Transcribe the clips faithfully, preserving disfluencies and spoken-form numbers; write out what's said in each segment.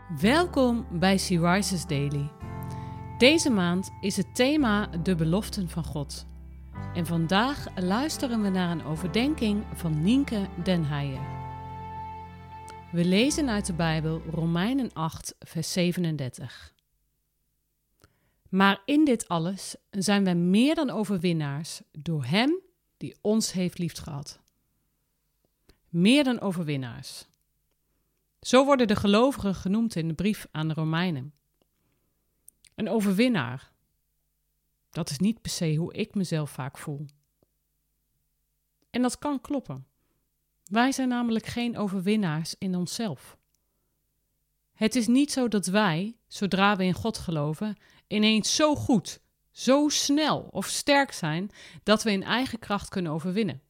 Welkom bij She Rises Daily. Deze maand is het thema de beloften van God. En vandaag luisteren we naar een overdenking van Nienke den Heijer. We lezen uit de Bijbel Romeinen acht, vers zevenendertig. Maar in dit alles zijn wij meer dan overwinnaars door Hem die ons heeft liefgehad. Meer dan overwinnaars. Zo worden de gelovigen genoemd in de brief aan de Romeinen. Een overwinnaar. Dat is niet per se hoe ik mezelf vaak voel. En dat kan kloppen. Wij zijn namelijk geen overwinnaars in onszelf. Het is niet zo dat wij, zodra we in God geloven, ineens zo goed, zo snel of sterk zijn dat we in eigen kracht kunnen overwinnen.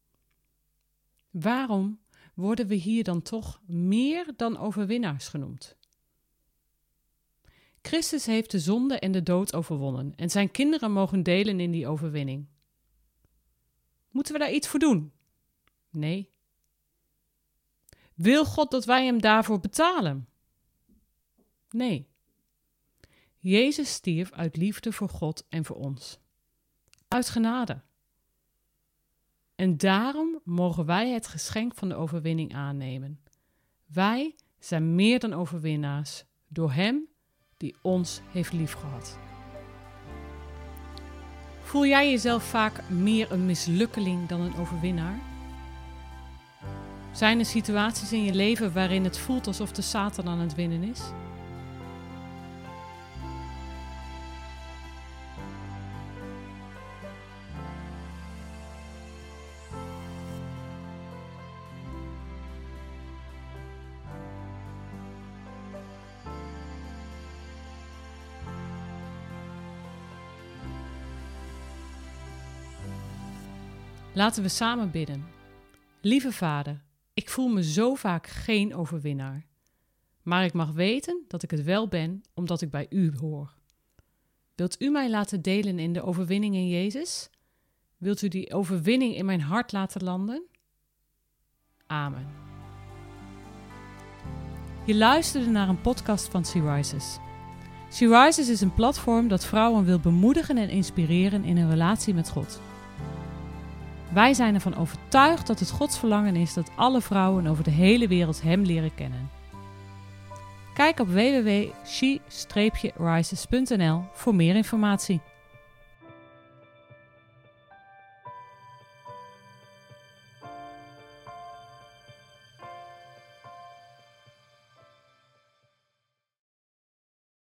Waarom worden we hier dan toch meer dan overwinnaars genoemd? Christus heeft de zonde en de dood overwonnen en zijn kinderen mogen delen in die overwinning. Moeten we daar iets voor doen? Nee. Wil God dat wij hem daarvoor betalen? Nee. Jezus stierf uit liefde voor God en voor ons. Uit genade. En daarom mogen wij het geschenk van de overwinning aannemen. Wij zijn meer dan overwinnaars door Hem die ons heeft liefgehad. Voel jij jezelf vaak meer een mislukkeling dan een overwinnaar? Zijn er situaties in je leven waarin het voelt alsof de Satan aan het winnen is? Laten we samen bidden. Lieve Vader, ik voel me zo vaak geen overwinnaar. Maar ik mag weten dat ik het wel ben, omdat ik bij U hoor. Wilt U mij laten delen in de overwinning in Jezus? Wilt U die overwinning in mijn hart laten landen? Amen. Je luisterde naar een podcast van She Rises. She Rises is een platform dat vrouwen wil bemoedigen en inspireren in hun relatie met God. Wij zijn ervan overtuigd dat het Gods verlangen is dat alle vrouwen over de hele wereld Hem leren kennen. Kijk op w w w punt she rises punt n l voor meer informatie.